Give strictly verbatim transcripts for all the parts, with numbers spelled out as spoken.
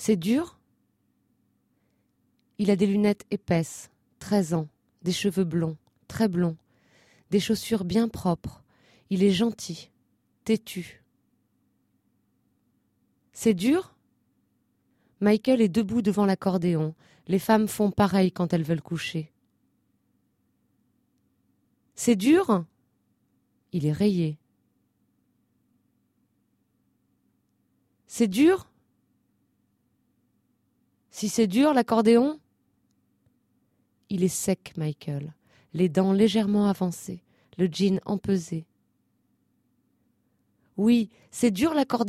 C'est dur ? Il a des lunettes épaisses, treize ans, des cheveux blonds, très blonds, des chaussures bien propres. Il est gentil, têtu. C'est dur ? Michael est debout devant l'accordéon. Les femmes font pareil quand elles veulent coucher. C'est dur ? Il est rayé. C'est dur ? Si c'est dur, l'accordéon ? Il est sec, Michael, les dents légèrement avancées, le jean empesé. Oui, c'est dur l'accordéon ?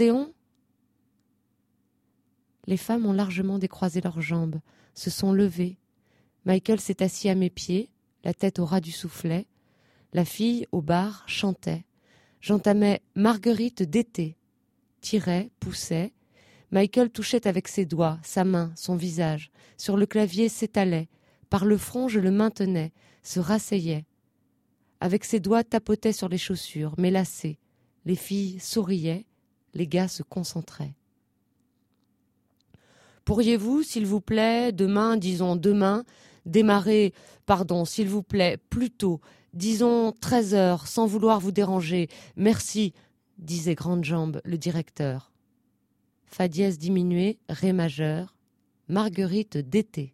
Les femmes ont largement décroisé leurs jambes, se sont levées. Michael s'est assis à mes pieds, la tête au ras du soufflet. La fille, au bar, chantait. J'entamais Marguerite d'été. Tirait, poussait. Michael touchait avec ses doigts, sa main, son visage. Sur le clavier s'étalait. Par le front, je le maintenais, se rasseyait. Avec ses doigts, tapotait sur les chaussures, mes lacets. Les filles souriaient, les gars se concentraient. Pourriez-vous, s'il vous plaît, demain, disons demain, démarrer, pardon, s'il vous plaît, plus tôt, disons treize heures, sans vouloir vous déranger. Merci, disait Grande Jambe, le directeur. Fa dièse diminué, ré majeur, Marguerite d'été.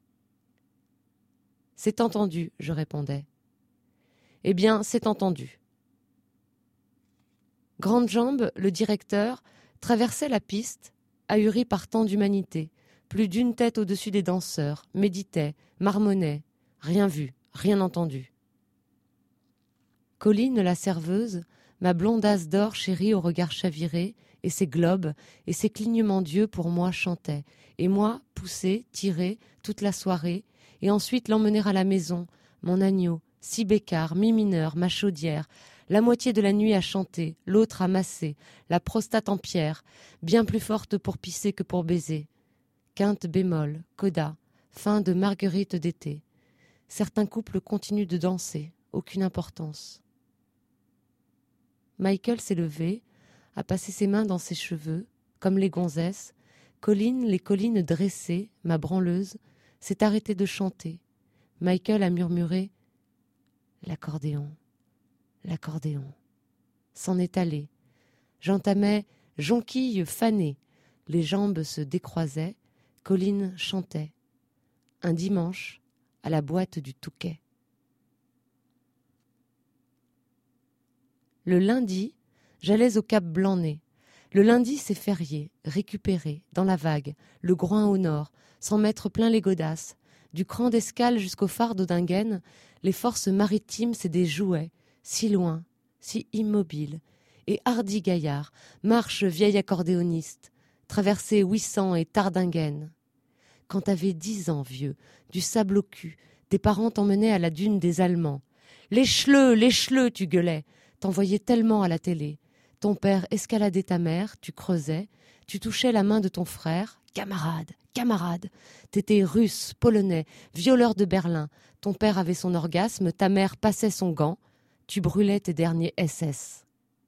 C'est entendu, je répondais. Eh bien, c'est entendu. Grande Jambe, le directeur, traversait la piste, ahuri par tant d'humanité, plus d'une tête au-dessus des danseurs, méditait, marmonnait, rien vu, rien entendu. Colline, la serveuse, ma blondasse d'or chérie au regard chaviré, et ses globes, et ses clignements d'yeux pour moi chantaient, et moi, poussé, tiré, toute la soirée, et ensuite l'emmener à la maison, mon agneau, si bécard, mi mineur, ma chaudière, la moitié de la nuit à chanter, l'autre à masser, la prostate en pierre, bien plus forte pour pisser que pour baiser. Quinte bémol, coda, fin de Marguerite d'été. Certains couples continuent de danser, aucune importance. Michael s'est levé, a passé ses mains dans ses cheveux, comme les gonzesses. Colline, les collines dressées, ma branleuse, s'est arrêtée de chanter. Michael a murmuré « L'accordéon, l'accordéon », s'en est allé. J'entamais « Jonquille fanée », les jambes se décroisaient, Colline chantait. Un dimanche, à la boîte du Touquet. Le lundi, j'allais au Cap Blanc-Nez. Le lundi, c'est férié, récupéré, dans la vague, le groin au nord, sans mettre plein les godasses. Du cran d'escale jusqu'au phare d'Odingen, les forces maritimes, c'est des jouets, si loin, si immobiles. Et hardi gaillard, marche vieil accordéoniste, traversée Ouessant et Tardingen. Quand t'avais dix ans, vieux, du sable au cul, tes parents t'emmenaient à la dune des Allemands. Les chleux, les chleux, tu gueulais, t'envoyais tellement à la télé. Ton père escaladait ta mère, tu creusais, tu touchais la main de ton frère, camarade, camarade. T'étais russe, polonais, violeur de Berlin. Ton père avait son orgasme, ta mère passait son gant, tu brûlais tes derniers S S.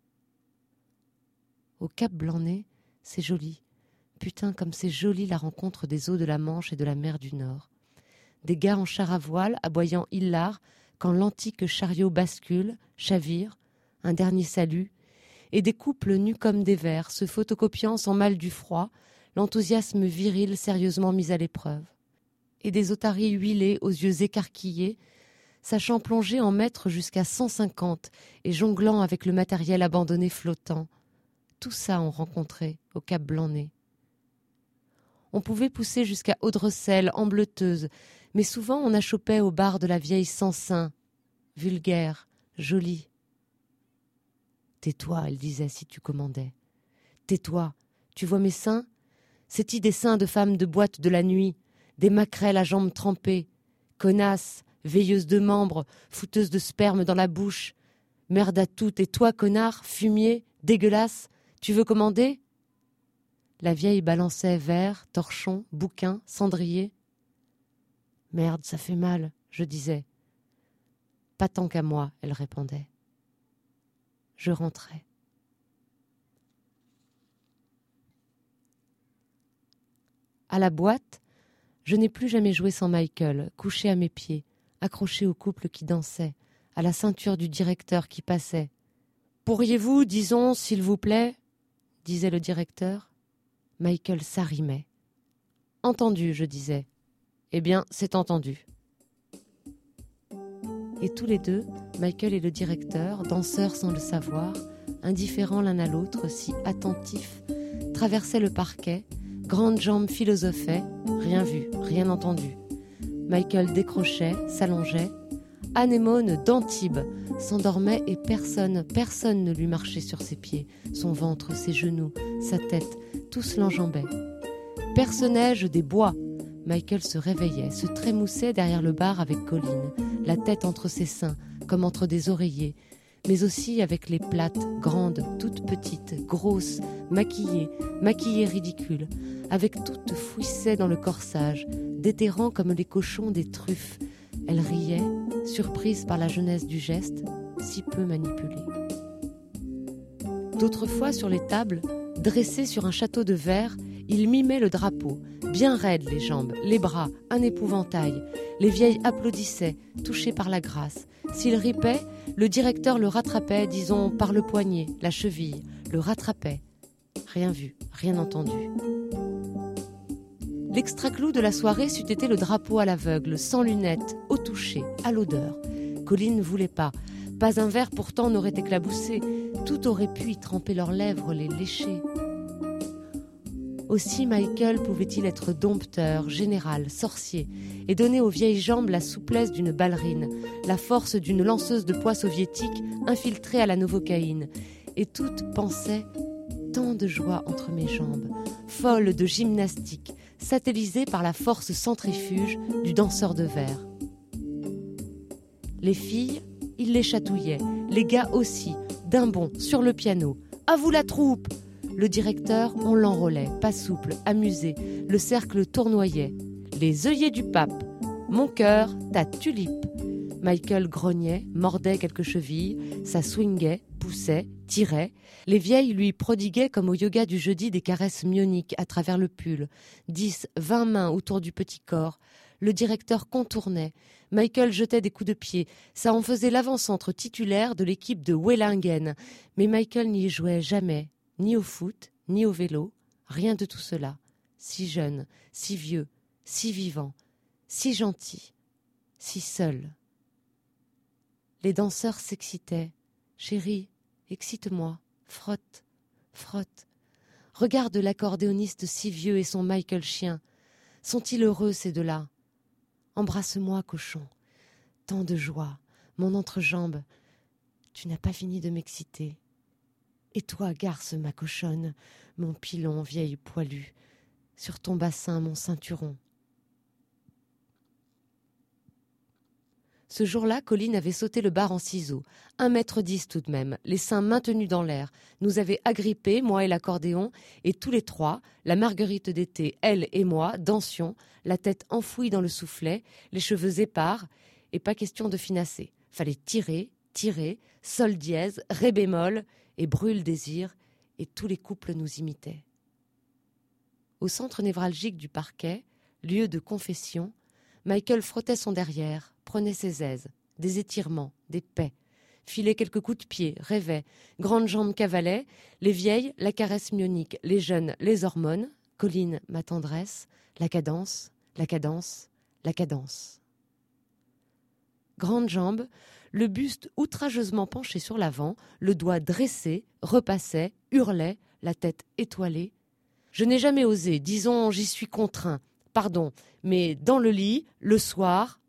Au Cap Blanc-Nez, c'est joli. Putain, comme c'est joli la rencontre des eaux de la Manche et de la mer du Nord. Des gars en char à voile, aboyant hilar, quand l'antique chariot bascule, chavire, un dernier salut, et des couples nus comme des vers, se photocopiant sans mal du froid, l'enthousiasme viril sérieusement mis à l'épreuve. Et des otaries huilées aux yeux écarquillés, sachant plonger en mètres jusqu'à cent cinquante et jonglant avec le matériel abandonné flottant. Tout ça on rencontrait au Cap Blanc-Nez. On pouvait pousser jusqu'à Audrecelle, embleteuse, mais souvent on achopait au bar de la vieille Sansin, vulgaire, jolie. Tais-toi, elle disait si tu commandais. Tais-toi, tu vois mes seins ? C'est-y des seins de femmes de boîte de la nuit, des maquerelles à jambes trempées, connasses, veilleuses de membres, fouteuses de sperme dans la bouche. Merde à toutes, et toi, connard, fumier, dégueulasse, tu veux commander ? La vieille balançait verre, torchon, bouquin, cendrier. Merde, ça fait mal, je disais. Pas tant qu'à moi, elle répondait. Je rentrais. À la boîte, je n'ai plus jamais joué sans Michael, couché à mes pieds, accroché au couple qui dansait, à la ceinture du directeur qui passait. « Pourriez-vous, disons, s'il vous plaît ?» disait le directeur. Michael s'arrimait. « Entendu, je disais. Eh bien, c'est entendu. » Et tous les deux, Michael et le directeur, danseurs sans le savoir, indifférents l'un à l'autre, si attentifs, traversaient le parquet, grandes jambes philosophaient, rien vu, rien entendu. Michael décrochait, s'allongeait. Anémone d'Antibes s'endormait et personne, personne ne lui marchait sur ses pieds, son ventre, ses genoux, sa tête, tous l'enjambaient. Perce-neige des bois. Michael se réveillait, se trémoussait derrière le bar avec Colline, la tête entre ses seins, comme entre des oreillers, mais aussi avec les plates, grandes, toutes petites, grosses, maquillées, maquillées ridicules, avec toutes fouissaient dans le corsage, déterrant comme les cochons des truffes. Elle riait, surprise par la jeunesse du geste, si peu manipulé. D'autres fois, sur les tables, dressés sur un château de verre, il mimait le drapeau, bien raides les jambes, les bras, un épouvantail. Les vieilles applaudissaient, touchées par la grâce. S'il ripait, le directeur le rattrapait, disons, par le poignet, la cheville, le rattrapait. Rien vu, rien entendu. L'extra-clou de la soirée c'eût été le drapeau à l'aveugle, sans lunettes, au toucher, à l'odeur. Colline ne voulait pas. Pas un verre pourtant n'aurait éclaboussé. Tout aurait pu y tremper leurs lèvres, les lécher. Aussi Michael pouvait-il être dompteur, général, sorcier, et donner aux vieilles jambes la souplesse d'une ballerine, la force d'une lanceuse de poids soviétique infiltrée à la novocaïne. Et toutes pensaient tant de joie entre mes jambes, folle de gymnastique, satellisée par la force centrifuge du danseur de verre. Les filles, il les chatouillait, les gars aussi, d'un bond, sur le piano. « À vous la troupe !» Le directeur, on l'enrôlait, pas souple, amusé. Le cercle tournoyait. Les œillets du pape. Mon cœur, ta tulipe. Michael grognait, mordait quelques chevilles, ça swingait, poussait, tirait. Les vieilles lui prodiguaient comme au yoga du jeudi des caresses myoniques à travers le pull. Dix, vingt mains autour du petit corps. Le directeur contournait. Michael jetait des coups de pied. Ça en faisait l'avant-centre titulaire de l'équipe de Wellingen. Mais Michael n'y jouait jamais. Ni au foot, ni au vélo, rien de tout cela. Si jeune, si vieux, si vivant, si gentil, si seul. Les danseurs s'excitaient. « Chérie, excite-moi, frotte, frotte. Regarde l'accordéoniste si vieux et son Michael chien. Sont-ils heureux ces deux-là? Embrasse-moi, cochon. Tant de joie, mon entrejambe. Tu n'as pas fini de m'exciter. Et toi, garce, ma cochonne, mon pilon vieille poilue, sur ton bassin, mon ceinturon. » Ce jour-là, Colline avait sauté le bar en ciseaux, un mètre dix tout de même, les seins maintenus dans l'air, nous avait agrippés, moi et l'accordéon, et tous les trois, la Marguerite d'été, elle et moi, dansions, la tête enfouie dans le soufflet, les cheveux épars, et pas question de finasser. Fallait tirer, tirer, sol dièse, ré bémol, et brûle désir, et tous les couples nous imitaient. Au centre névralgique du parquet, lieu de confession, Michael frottait son derrière, prenait ses aises, des étirements, des pets, filait quelques coups de pied, rêvait, grandes jambes cavalaient, les vieilles, la caresse myonique, les jeunes, les hormones, Colline, ma tendresse, la cadence, la cadence, la cadence. Grandes jambes, le buste outrageusement penché sur l'avant, le doigt dressé, repassait, hurlait, la tête étoilée. Je n'ai jamais osé, disons, j'y suis contraint. Pardon, mais dans le lit, le soir...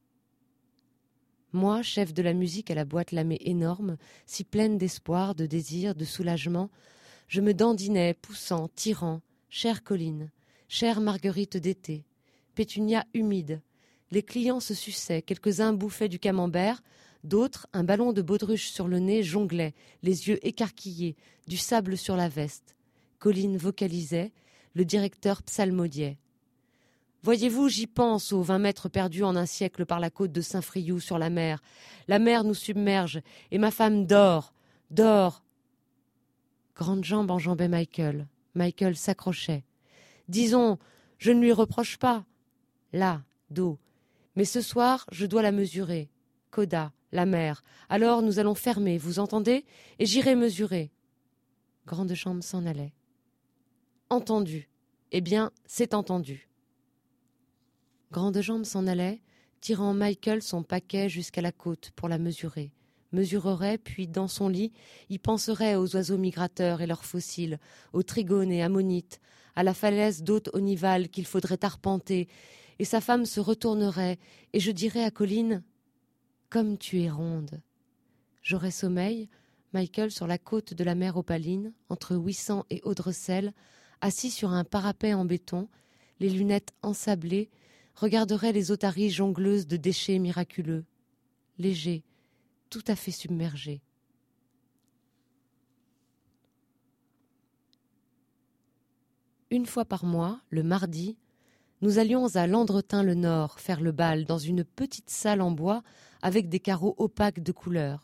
Moi, chef de la musique à la boîte lamée énorme, si pleine d'espoir, de désir, de soulagement, je me dandinais, poussant, tirant, chère Colline, chère Marguerite d'été, pétunia humide. Les clients se suçaient, quelques-uns bouffaient du camembert, d'autres, un ballon de baudruche sur le nez, jonglaient, les yeux écarquillés, du sable sur la veste. Colline vocalisait, le directeur psalmodiait. Voyez-vous, j'y pense aux vingt mètres perdus en un siècle par la côte de Saint-Friou sur la mer. La mer nous submerge, et ma femme dort, dort. Grande jambe enjambait Michael. Michael s'accrochait. Disons, Je ne lui reproche pas. Là, dos. Mais ce soir, je dois la mesurer. Coda, la mer. Alors nous allons fermer, vous entendez? Et j'irai mesurer. Grande Jambe s'en allait. Entendu. Eh bien, c'est entendu. Grande Jambe s'en allait, tirant Michael son paquet jusqu'à la côte pour la mesurer. Mesurerait, puis dans son lit, il penserait aux oiseaux migrateurs et leurs fossiles, aux trigones et ammonites, à la falaise d'haute onivale qu'il faudrait arpenter, et sa femme se retournerait, et je dirais à Colline « Comme tu es ronde !» J'aurais sommeil, Michael sur la côte de la mer Opaline, entre Ouessant et Audrecel, assis sur un parapet en béton, les lunettes ensablées, regarderait les otaries jongleuses de déchets miraculeux, légers, tout à fait submergés. Une fois par mois, le mardi, nous allions à Landretin-le-Nord faire le bal dans une petite salle en bois avec des carreaux opaques de couleur.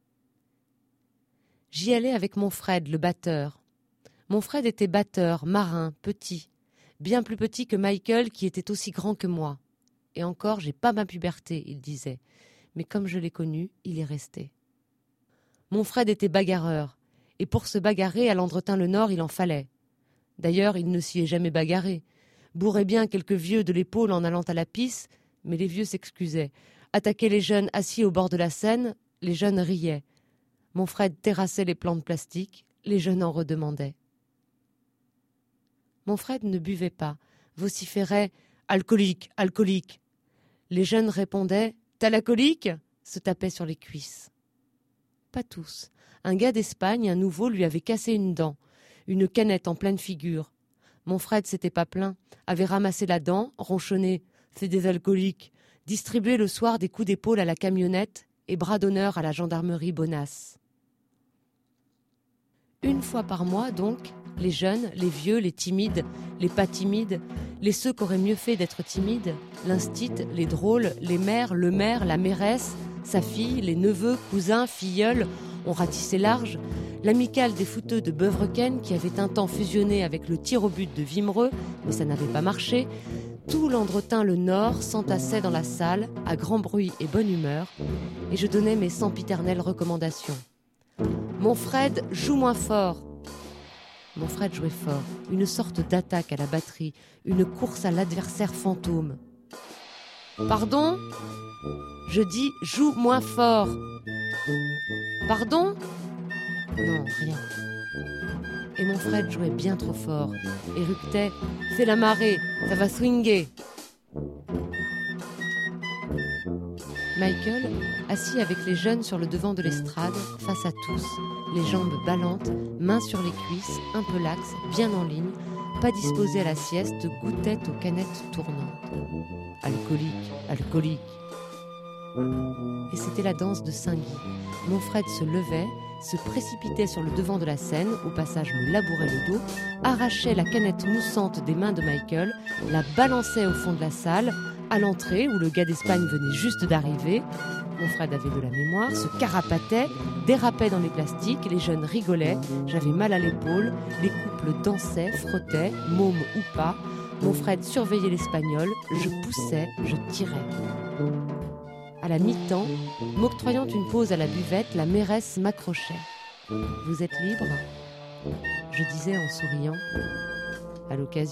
J'y allais avec mon Fred, le batteur. Mon Fred était batteur, marin, petit, bien plus petit que Michael qui était aussi grand que moi. Et encore, j'ai pas ma puberté, il disait. Mais comme je l'ai connu, il est resté. Mon Fred était bagarreur, et pour se bagarrer à Landretin-le-Nord, il en fallait. D'ailleurs, il ne s'y est jamais bagarré. Bourrait bien quelques vieux de l'épaule en allant à la pisse, mais les vieux s'excusaient. Attaquaient les jeunes assis au bord de la Seine, les jeunes riaient. Mon Fred terrassait les plans de plastique, les jeunes en redemandaient. Mon Fred ne buvait pas, vociférait « Alcoolique, alcoolique !» Les jeunes répondaient « T'as l'alcoolique ?» se tapaient sur les cuisses. Pas tous. Un gars d'Espagne, un nouveau, lui avait cassé une dent, une canette en pleine figure. Mon Fred s'était pas plaint, avait ramassé la dent, ronchonné « C'est des alcooliques !» distribué le soir des coups d'épaule à la camionnette et bras d'honneur à la gendarmerie bonasse. Une fois par mois, donc, les jeunes, les vieux, les timides, les pas timides, les ceux qu'auraient mieux fait d'être timides, l'instit, les drôles, les mères, le maire, la mairesse, sa fille, les neveux, cousins, filleuls, ont ratissé large, l'amicale des fouteux de Beuvrequenne qui avait un temps fusionné avec le tir au but de Vimereux, mais ça n'avait pas marché, tout Landretin-le-Nord s'entassait dans la salle, à grand bruit et bonne humeur, et je donnais mes sempiternelles recommandations. Mon Fred, joue moins fort. Mon Fred jouait fort, une sorte d'attaque à la batterie, une course à l'adversaire fantôme. Pardon ? Je dis joue moins fort. Pardon ? Non, rien. Et mon Fred jouait bien trop fort, éructait « C'est la marée, ça va swinguer !» Michael, assis avec les jeunes sur le devant de l'estrade, face à tous, les jambes ballantes, mains sur les cuisses, un peu laxes, bien en ligne, pas disposé à la sieste, goûtait aux canettes tournantes. Alcoolique, alcoolique. Et c'était la danse de Saint-Guy. Mon Fred se levait, se précipitait sur le devant de la scène, au passage me labourait le dos, arrachait la canette moussante des mains de Michael, la balançait au fond de la salle, à l'entrée où le gars d'Espagne venait juste d'arriver. Mon Fred avait de la mémoire, se carapatait, dérapait dans les plastiques, les jeunes rigolaient, j'avais mal à l'épaule, les couples dansaient, frottaient, mômes ou pas. Mon Fred surveillait l'Espagnol, je poussais, je tirais. À la mi-temps, m'octroyant une pause à la buvette, la mairesse m'accrochait. « Vous êtes libre ?» Je disais en souriant, « À l'occasion. »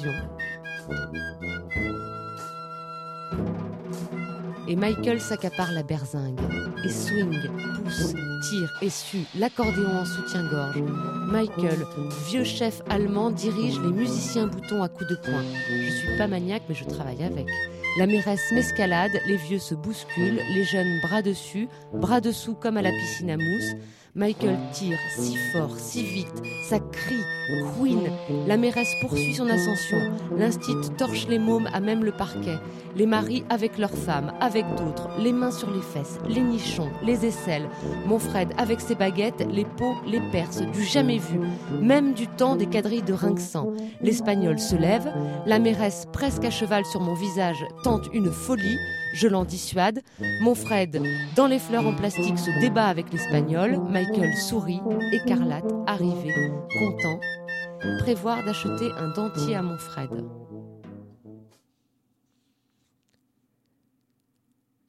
Et Michael s'accapare la berzingue, et swing, pousse, tire, essuie, l'accordéon en soutien-gorge. Michael, vieux chef allemand, dirige les musiciens boutons à coups de poing. Je suis pas maniaque, mais je travaille avec. La mairesse m'escalade, les vieux se bousculent, les jeunes bras dessus, bras dessous comme à la piscine à mousse. Michael tire si fort, si vite, ça crie, couine. La mairesse poursuit son ascension. L'instit torche les mômes à même le parquet. Les maris avec leurs femmes, avec d'autres, les mains sur les fesses, les nichons, les aisselles. Mon Fred avec ses baguettes, les pots, les perces, du jamais vu, même du temps des quadrilles de Rinxan. L'Espagnol se lève, la mairesse presque à cheval sur mon visage tente une folie, je l'en dissuade. Mon Fred, dans les fleurs en plastique, se débat avec l'Espagnol. Michael sourit, écarlate, arrivé, content, prévoir d'acheter un dentier à mon Fred.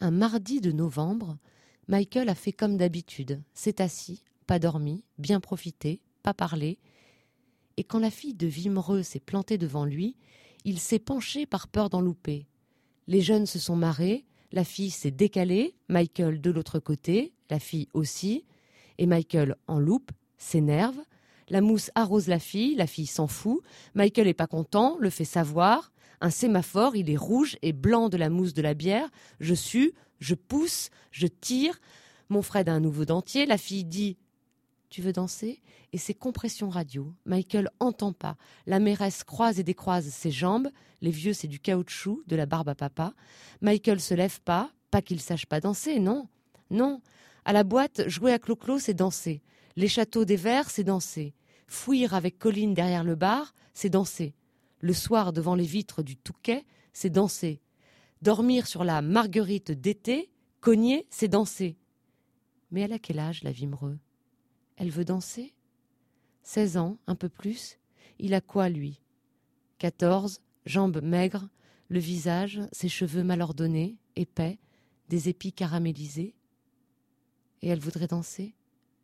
Un mardi de novembre, Michael a fait comme d'habitude, s'est assis, pas dormi, bien profité, pas parlé, et quand la fille de Vimereux s'est plantée devant lui, il s'est penché par peur d'en louper. Les jeunes se sont marrés, la fille s'est décalée, Michael de l'autre côté, la fille aussi, et Michael en loupe, s'énerve, la mousse arrose la fille, la fille s'en fout, Michael est pas content, le fait savoir, un sémaphore, il est rouge et blanc de la mousse de la bière, je sue, je pousse, je tire, mon Fred a un nouveau dentier, la fille dit « Tu veux danser ?» et c'est compression radio, Michael entend pas, la mairesse croise et décroise ses jambes, les vieux c'est du caoutchouc, de la barbe à papa, Michael se lève pas, pas qu'il sache pas danser, non, non, à la boîte, jouer à clo-clo c'est danser, les châteaux des verts c'est danser, fouir avec Colline derrière le bar c'est danser, le soir devant les vitres du Touquet c'est danser, dormir sur la marguerite d'été, cogner c'est danser. Mais elle a quel âge la Vimereux ? Elle veut danser ? Seize ans, un peu plus. Il a quoi, lui ? Quatorze, jambes maigres, le visage, ses cheveux mal ordonnés, épais, des épis caramélisés. Et elle voudrait danser ?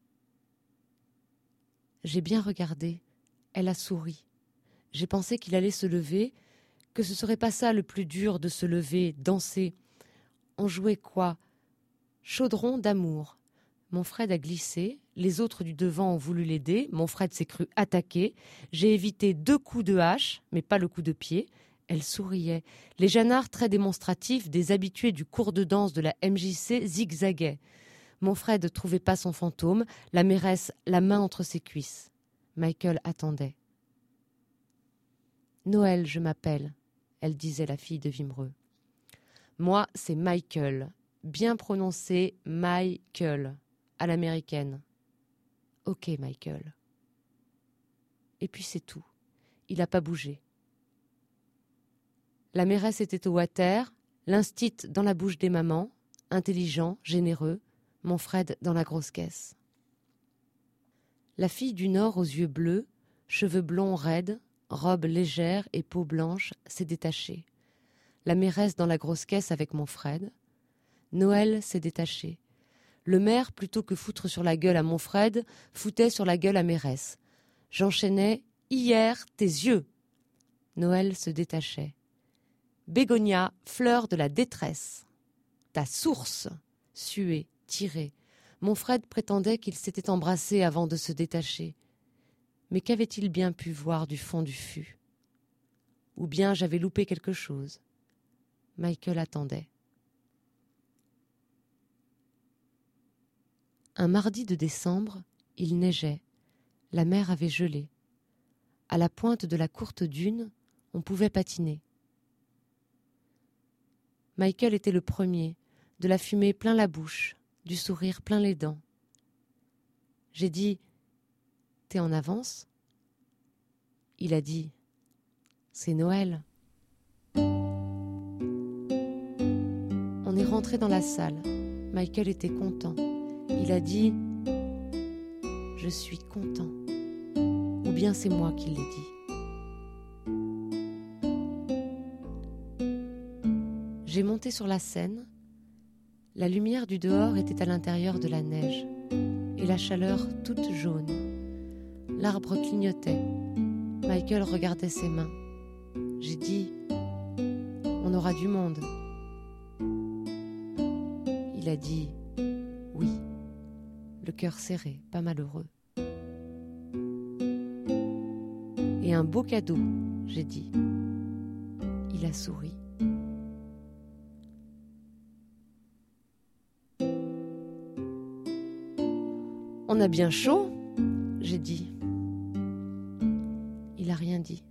J'ai bien regardé. Elle a souri. J'ai pensé qu'il allait se lever, que ce serait pas ça le plus dur de se lever, danser. On jouait quoi ? Chaudron d'amour. Mon Fred a glissé, les autres du devant ont voulu l'aider, mon Fred s'est cru attaqué, j'ai évité deux coups de hache, mais pas le coup de pied. Elle souriait. Les Jeannards très démonstratifs, des habitués du cours de danse de la M J C, zigzaguaient. Mon Fred ne trouvait pas son fantôme, la mairesse la main entre ses cuisses. Michael attendait. « Noël, je m'appelle », elle disait la fille de Vimereux. « Moi, c'est Michael, bien prononcé Michael. À l'américaine. Ok, Michael. Et puis c'est tout. Il n'a pas bougé. La mairesse était au water, l'instit dans la bouche des mamans, intelligent, généreux, mon Fred dans la grosse caisse. La fille du Nord aux yeux bleus, cheveux blonds raides, robe légère et peau blanche, s'est détachée. La mairesse dans la grosse caisse avec mon Fred. Noël s'est détaché. Le maire, plutôt que foutre sur la gueule à mon Fred, foutait sur la gueule à mairesse. J'enchaînais « Hier, tes yeux !» Noël se détachait. « Bégonia, fleur de la détresse !» Ta source !» Sué, tiré. Mon Fred prétendait qu'il s'était embrassé avant de se détacher. Mais qu'avait-il bien pu voir du fond du fût ? Ou bien j'avais loupé quelque chose. Michael attendait. Un mardi de décembre, il neigeait. La mer avait gelé. À la pointe de la courte dune, on pouvait patiner. Michael était le premier, de la fumée plein la bouche, du sourire plein les dents. J'ai dit « T'es en avance ?» Il a dit « C'est Noël ». On est rentré dans la salle. Michael était content. Il a dit « Je suis content ». Ou bien c'est moi qui l'ai dit. J'ai monté sur la scène. La lumière du dehors était à l'intérieur de la neige et la chaleur toute jaune. L'arbre clignotait. Michael regardait ses mains. J'ai dit « On aura du monde ». Il a dit « Oui ». Le cœur serré, pas malheureux. Et un beau cadeau, j'ai dit. Il a souri. On a bien chaud, j'ai dit. Il a rien dit.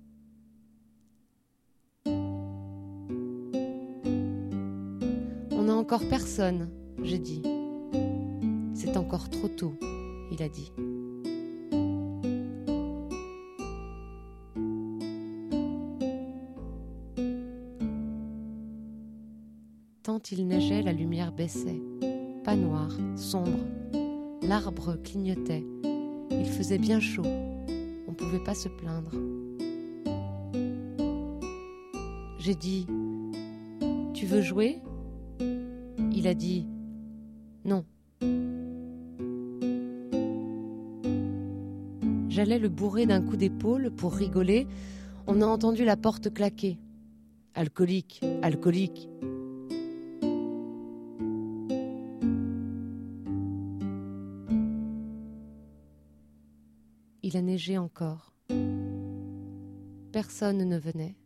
On n'a encore personne, j'ai dit. C'est encore trop tôt, il a dit. Tant il neigeait, la lumière baissait. Pas noire, sombre. L'arbre clignotait. Il faisait bien chaud. On ne pouvait pas se plaindre. J'ai dit « Tu veux jouer ?» il a dit « Non ». J'allais le bourrer d'un coup d'épaule pour rigoler. On a entendu la porte claquer. Alcoolique, alcoolique. Il a neigé encore. Personne ne venait.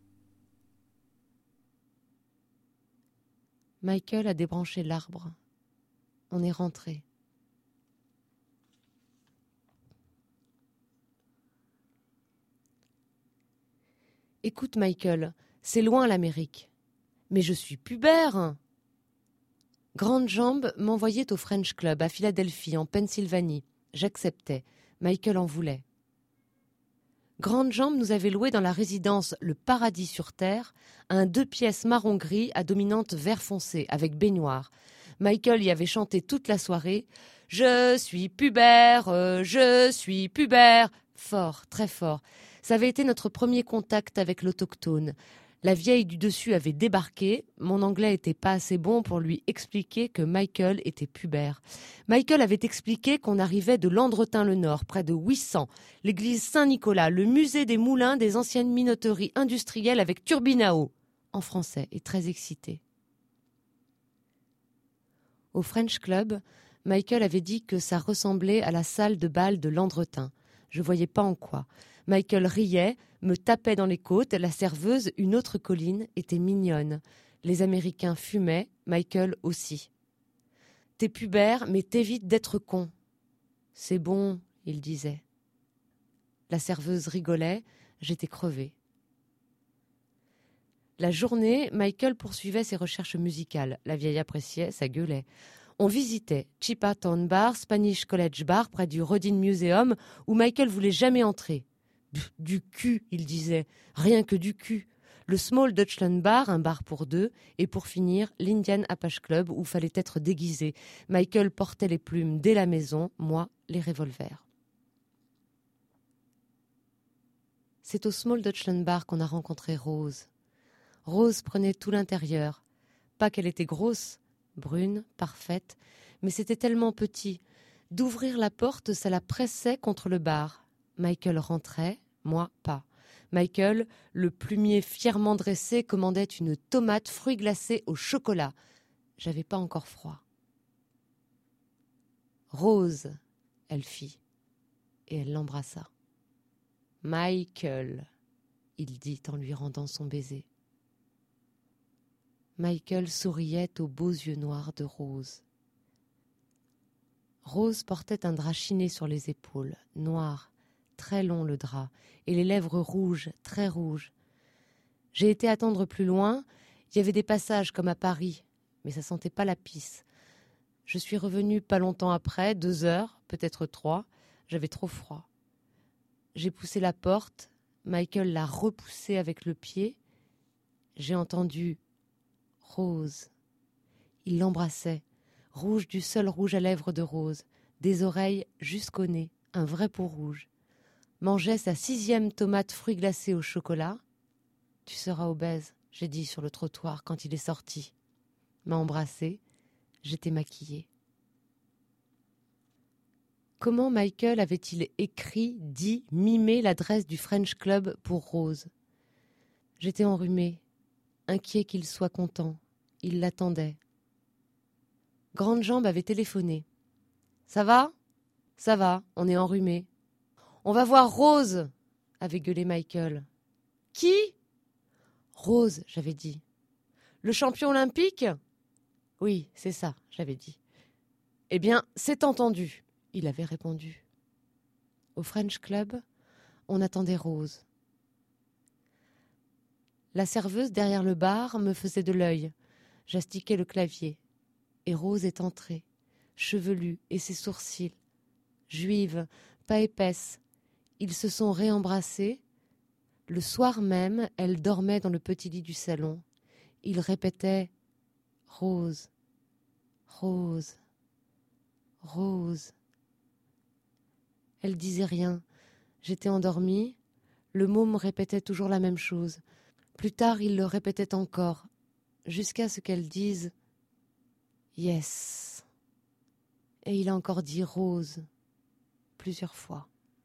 Michael a débranché l'arbre. On est rentré. Écoute, Michael, c'est loin l'Amérique. Mais je suis pubère. Grande Jambe m'envoyait au French Club à Philadelphie, en Pennsylvanie. J'acceptais. Michael en voulait. Grande Jambe nous avait loué dans la résidence Le Paradis sur Terre un deux pièces marron-gris à dominante vert foncé, avec baignoire. Michael y avait chanté toute la soirée. « Je suis pubère, euh, je suis pubère !» Fort, très fort. Ça avait été notre premier contact avec l'autochtone. La vieille du dessus avait débarqué. Mon anglais était pas assez bon pour lui expliquer que Michael était pubère. Michael avait expliqué qu'on arrivait de Landretin-le-Nord, près de Ouessant, l'église Saint-Nicolas, le musée des moulins des anciennes minoteries industrielles avec turbine à eau, en français, et très excité. Au French Club, Michael avait dit que ça ressemblait à la salle de bal de Landretin. Je voyais pas en quoi. Michael riait, me tapait dans les côtes. La serveuse, une autre colline, était mignonne. Les Américains fumaient, Michael aussi. « T'es pubère, mais t'évites d'être con. »« C'est bon, » il disait. La serveuse rigolait, j'étais crevée. La journée, Michael poursuivait ses recherches musicales. La vieille appréciait, ça gueulait. On visitait Chippa Town Bar, Spanish College Bar, près du Rodin Museum, où Michael voulait jamais entrer. Du cul, il disait, rien que du cul. Le Small Dutchland Bar, un bar pour deux, et pour finir, l'Indian Apache Club, où fallait être déguisé. Michael portait les plumes dès la maison, moi, les revolvers. C'est au Small Dutchland Bar qu'on a rencontré Rose. Rose prenait tout l'intérieur. Pas qu'elle était grosse, brune, parfaite, mais c'était tellement petit. D'ouvrir la porte, ça la pressait contre le bar. Michael rentrait, moi pas. Michael, le plumier fièrement dressé, commandait une tomate fruits glacés au chocolat. J'avais pas encore froid. Rose, elle fit, et elle l'embrassa. Michael, il dit en lui rendant son baiser. Michael souriait aux beaux yeux noirs de Rose. Rose portait un drap chiné sur les épaules, noir, très long le drap, et les lèvres rouges, très rouges. J'ai été attendre plus loin, il y avait des passages comme à Paris, mais ça sentait pas la pisse. Je suis revenue pas longtemps après, deux heures, peut-être trois, j'avais trop froid. J'ai poussé la porte, Michael l'a repoussée avec le pied, j'ai entendu Rose. Il l'embrassait, rouge du seul rouge à lèvres de Rose, des oreilles jusqu'au nez, un vrai peau rouge. Mangeait sa sixième tomate fruits glacés au chocolat. « Tu seras obèse », j'ai dit sur le trottoir quand il est sorti. M'a embrassé, j'étais maquillée. Comment Michael avait-il écrit, dit, mimé l'adresse du French Club pour Rose ? J'étais enrhumée, inquiet qu'il soit content. Il l'attendait. Grande Jambe avait téléphoné. « Ça va ? Ça va, on est enrhumé. »« On va voir Rose !» avait gueulé Michael. « Qui ? » ?»« Rose, j'avais dit. »« Le champion olympique ? » ?»« Oui, c'est ça, j'avais dit. »« Eh bien, c'est entendu, » il avait répondu. Au French Club, on attendait Rose. La serveuse derrière le bar me faisait de l'œil. J'astiquais le clavier. Et Rose est entrée, chevelue et ses sourcils. Juive, pas épaisse. Ils se sont réembrassés. Le soir même, elle dormait dans le petit lit du salon. Il répétait « Rose, Rose, Rose ». Elle disait rien. J'étais endormie. Le môme répétait toujours la même chose. Plus tard, il le répétait encore, jusqu'à ce qu'elle dise « Yes. Et il a encore dit Rose plusieurs fois.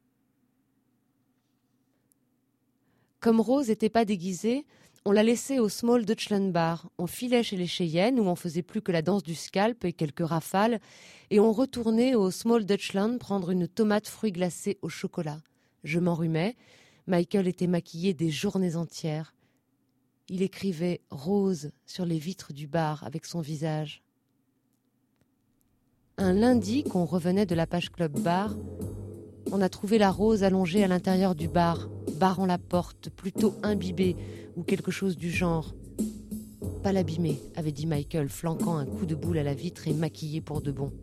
Comme Rose n'était pas déguisée, on l'a laissée au Small Dutchland Bar. On filait chez les Cheyennes où on faisait plus que la danse du scalp et quelques rafales, et on retournait au Small Dutchland prendre une tomate fruit glacée au chocolat. Je m'enrhumais. Michael était maquillé des journées entières. Il écrivait « Rose » sur les vitres du bar avec son visage. Un lundi, qu'on revenait de la Page Club Bar, on a trouvé la Rose allongée à l'intérieur du bar, barrant la porte, plutôt imbibée ou quelque chose du genre. « Pas l'abîmer », avait dit Michael, flanquant un coup de boule à la vitre et maquillé pour de bon.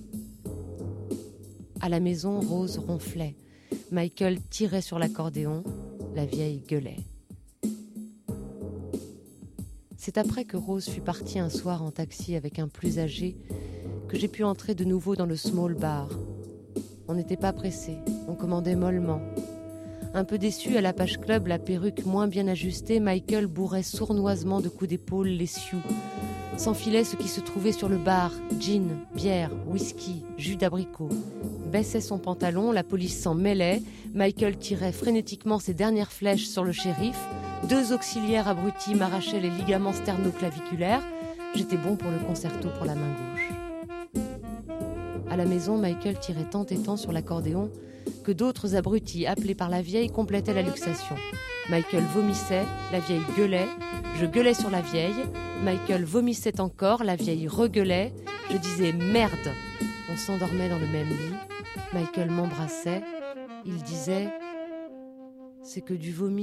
À la maison, Rose ronflait. Michael tirait sur l'accordéon, la vieille gueulait. C'est après que Rose fut partie un soir en taxi avec un plus âgé que j'ai pu entrer de nouveau dans le small bar. On n'était pas pressé, on commandait mollement. Un peu déçu à la Page Club, la perruque moins bien ajustée, Michael bourrait sournoisement de coups d'épaule les sioux. S'enfilait ce qui se trouvait sur le bar, gin, bière, whisky, jus d'abricot. Baissait son pantalon, la police s'en mêlait. Michael tirait frénétiquement ses dernières flèches sur le shérif. Deux auxiliaires abrutis m'arrachaient les ligaments sternoclaviculaires. J'étais bon pour le concerto pour la main gauche. À la maison, Michael tirait tant et tant sur l'accordéon que d'autres abrutis, appelés par la vieille, complétaient la luxation. Michael vomissait, la vieille gueulait, je gueulais sur la vieille, Michael vomissait encore, la vieille regueulait, je disais « merde ». On s'endormait dans le même lit, Michael m'embrassait, il disait « c'est que du vomi ».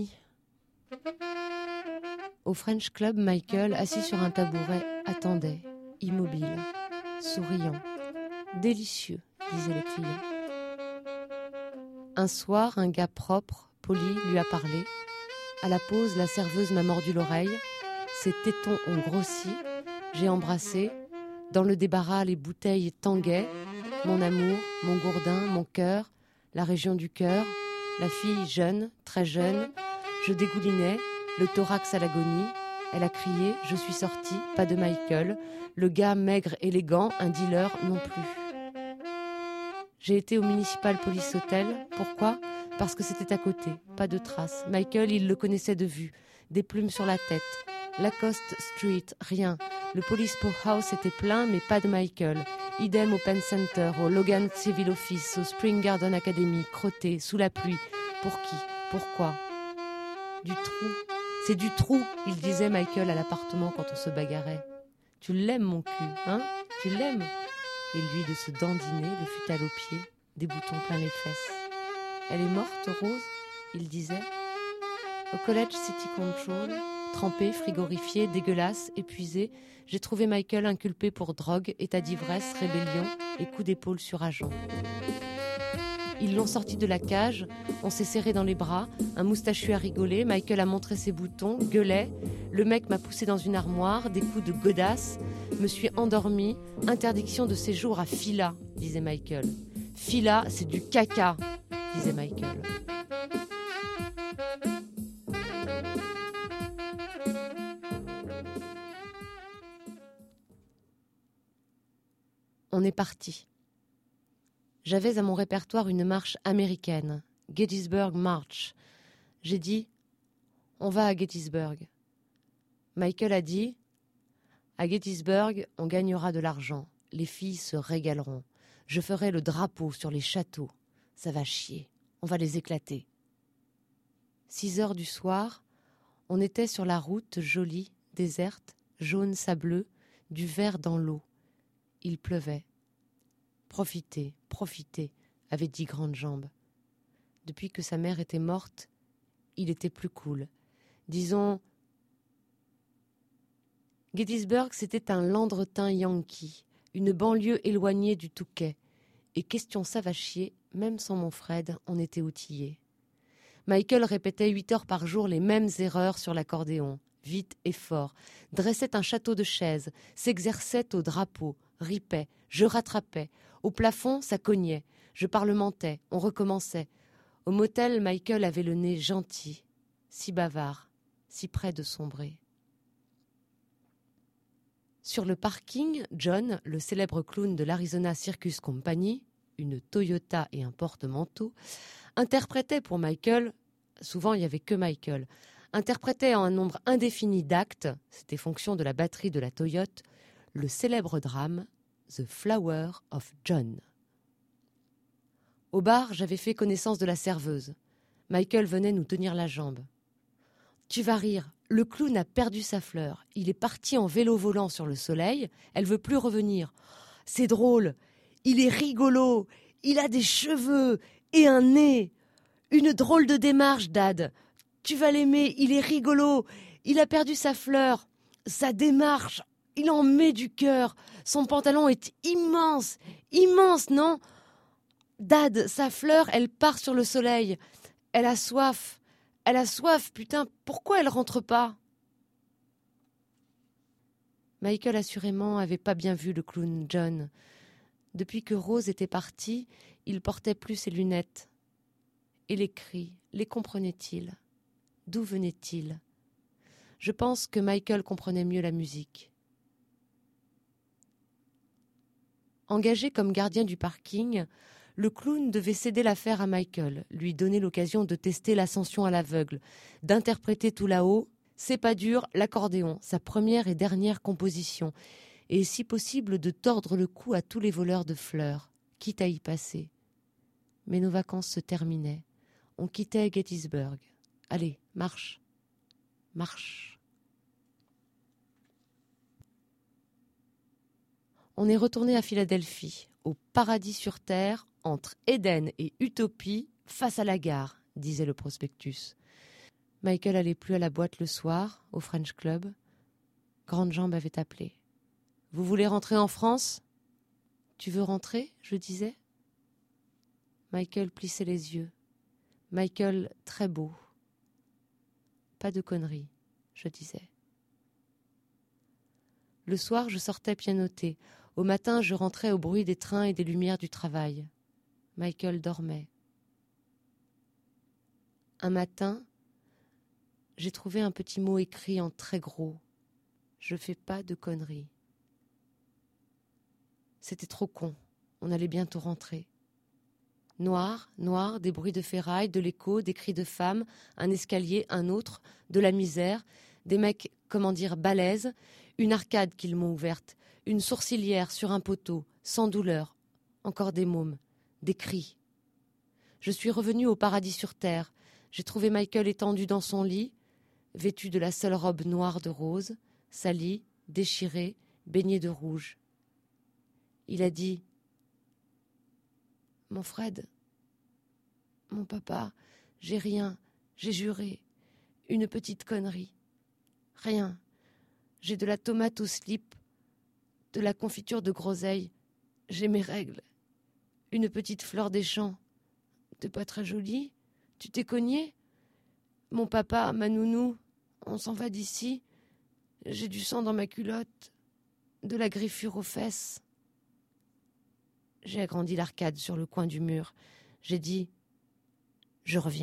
Au French Club, Michael, assis sur un tabouret, attendait, immobile, souriant. « Délicieux », disaient les clients. Un soir, un gars propre, poli, lui a parlé. À la pause, la serveuse m'a mordu l'oreille. Ses tétons ont grossi. J'ai embrassé. Dans le débarras, les bouteilles tanguaient. Mon amour, mon gourdin, mon cœur, la région du cœur. La fille jeune, très jeune. Je dégoulinais, le thorax à l'agonie. Elle a crié, je suis sortie, pas de Michael. Le gars maigre, élégant, un dealer non plus. J'ai été au Municipal Police Hotel. Pourquoi ? Parce que c'était à côté. Pas de traces. Michael, il le connaissait de vue. Des plumes sur la tête. Lacoste Street, rien. Le Police Poorhouse était plein, mais pas de Michael. Idem au Penn Center, au Logan Civil Office, au Spring Garden Academy, crotté, sous la pluie. Pour qui ? Pourquoi ? Du trou. C'est du trou, il disait Michael à l'appartement quand on se bagarrait. Tu l'aimes, mon cul, hein ? Tu l'aimes ? Et lui de se dandiner, le futal aux pieds, des boutons plein les fesses. Elle est morte, Rose ? Il disait. Au College City Control, trempé, frigorifié, dégueulasse, épuisé, j'ai trouvé Michael inculpé pour drogue, état d'ivresse, rébellion et coup d'épaule sur agent. Ils l'ont sorti de la cage, on s'est serré dans les bras, un moustachu a rigolé, Michael a montré ses boutons, gueulait, le mec m'a poussé dans une armoire, des coups de godasse, me suis endormi, interdiction de séjour à Fila, disait Michael. Fila, c'est du caca, disait Michael. On est parti. J'avais à mon répertoire une marche américaine, Gettysburg March. J'ai dit, on va à Gettysburg. Michael a dit, à Gettysburg, on gagnera de l'argent. Les filles se régaleront. Je ferai le drapeau sur les châteaux. Ça va chier. On va les éclater. Six heures du soir, on était sur la route jolie, déserte, jaune sableux, du vert dans l'eau. Il pleuvait. Profitez, profitez, avait dit Grande Jambe. Depuis que sa mère était morte, il était plus cool. Disons, Gettysburg, c'était un landretin yankee, une banlieue éloignée du Touquet. Et question ça va chier, même sans mon Fred, on était outillés. Michael répétait huit heures par jour les mêmes erreurs sur l'accordéon, vite et fort, dressait un château de chaises, s'exerçait au drapeau, ripait, je rattrapais. Au plafond, ça cognait. Je parlementais, on recommençait. Au motel, Michael avait le nez gentil, si bavard, si près de sombrer. Sur le parking, John, le célèbre clown de l'Arizona Circus Company, une Toyota et un porte-manteau, interprétait pour Michael, souvent il n'y avait que Michael, interprétait en un nombre indéfini d'actes, c'était fonction de la batterie de la Toyota, le célèbre drame The Flower of John. Au bar, j'avais fait connaissance de la serveuse. Michael venait nous tenir la jambe. « Tu vas rire, le clown a perdu sa fleur. Il est parti en vélo volant sur le soleil. Elle veut plus revenir. C'est drôle. Il est rigolo. Il a des cheveux et un nez. Une drôle de démarche, Dad. Tu vas l'aimer. Il est rigolo. Il a perdu sa fleur. Sa démarche. Il en met du cœur. Son pantalon est immense. Immense, non ? Dad, sa fleur, elle part sur le soleil. Elle a soif. Elle a soif, putain, pourquoi elle rentre pas ? Michael, assurément, avait pas bien vu le clown John. Depuis que Rose était partie, il portait plus ses lunettes. Et les cris, les comprenait-il ? D'où venaient-ils ? Je pense que Michael comprenait mieux la musique. Engagé comme gardien du parking, le clown devait céder l'affaire à Michael, lui donner l'occasion de tester l'ascension à l'aveugle, d'interpréter tout là-haut, c'est pas dur, l'accordéon, sa première et dernière composition, et si possible de tordre le cou à tous les voleurs de fleurs, quitte à y passer. Mais nos vacances se terminaient. On quittait Gettysburg. Allez, marche, marche. On est retourné à Philadelphie, au paradis sur terre, entre Éden et Utopie, face à la gare, disait le prospectus. Michael allait plus à la boîte le soir, au French Club. Grande Jambe avait appelé. « Vous voulez rentrer en France ?»« Tu veux rentrer ?» je disais. Michael plissait les yeux. Michael très beau. « Pas de conneries », je disais. Le soir, je sortais pianoter. Au matin, je rentrais au bruit des trains et des lumières du travail. Michael dormait. Un matin, j'ai trouvé un petit mot écrit en très gros. Je fais pas de conneries. C'était trop con. On allait bientôt rentrer. Noir, noir, des bruits de ferraille, de l'écho, des cris de femmes, un escalier, un autre, de la misère, des mecs, comment dire, balèzes, une arcade qu'ils m'ont ouverte, une sourcilière sur un poteau, sans douleur, encore des mômes, des cris. Je suis revenue au paradis sur terre. J'ai trouvé Michael étendu dans son lit, vêtu de la seule robe noire de Rose, salie, déchirée, baignée de rouge. Il a dit « Mon Fred, mon papa, j'ai rien, j'ai juré, une petite connerie. Rien. J'ai de la tomate au slip, de la confiture de groseille, j'ai mes règles. Une petite fleur des champs. T'es pas très jolie? Tu t'es cogné? Mon papa, ma nounou, on s'en va d'ici. J'ai du sang dans ma culotte, de la griffure aux fesses. » J'ai agrandi l'arcade sur le coin du mur. J'ai dit « Je reviens. »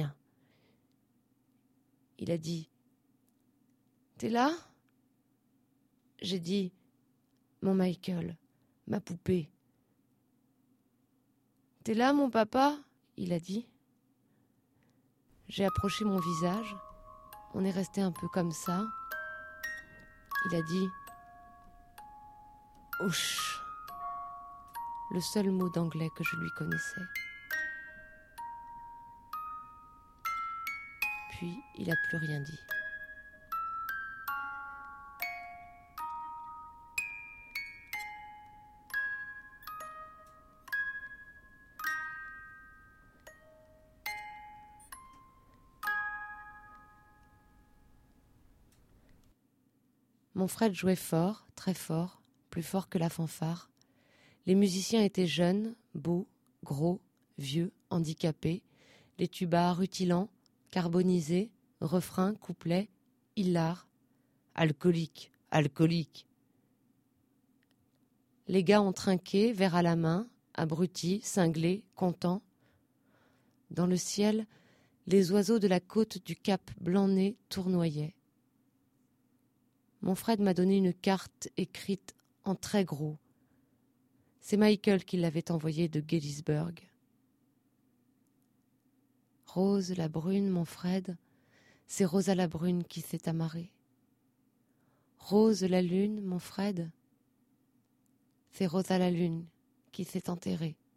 Il a dit « T'es là ?» J'ai dit « Mon Michael, ma poupée. »« T'es là, mon papa ?» il a dit. J'ai approché mon visage. On est resté un peu comme ça. Il a dit « Ouch !» le seul mot d'anglais que je lui connaissais. Puis, il n'a plus rien dit. Mon Fred jouait fort, très fort, plus fort que la fanfare. Les musiciens étaient jeunes, beaux, gros, vieux, handicapés, les tubas rutilants, carbonisés, refrains, couplets, hilars, alcooliques, alcooliques. Les gars ont trinqué, verre à la main, abrutis, cinglés, contents. Dans le ciel, les oiseaux de la côte du cap Blanc-Nez tournoyaient. mon Fred m'a donné une carte écrite en très gros. C'est Michael qui l'avait envoyée de Gettysburg. Rose la brune, mon Fred, c'est Rosa la brune qui s'est amarrée. Rose la lune, mon Fred, c'est Rosa la lune qui s'est enterrée.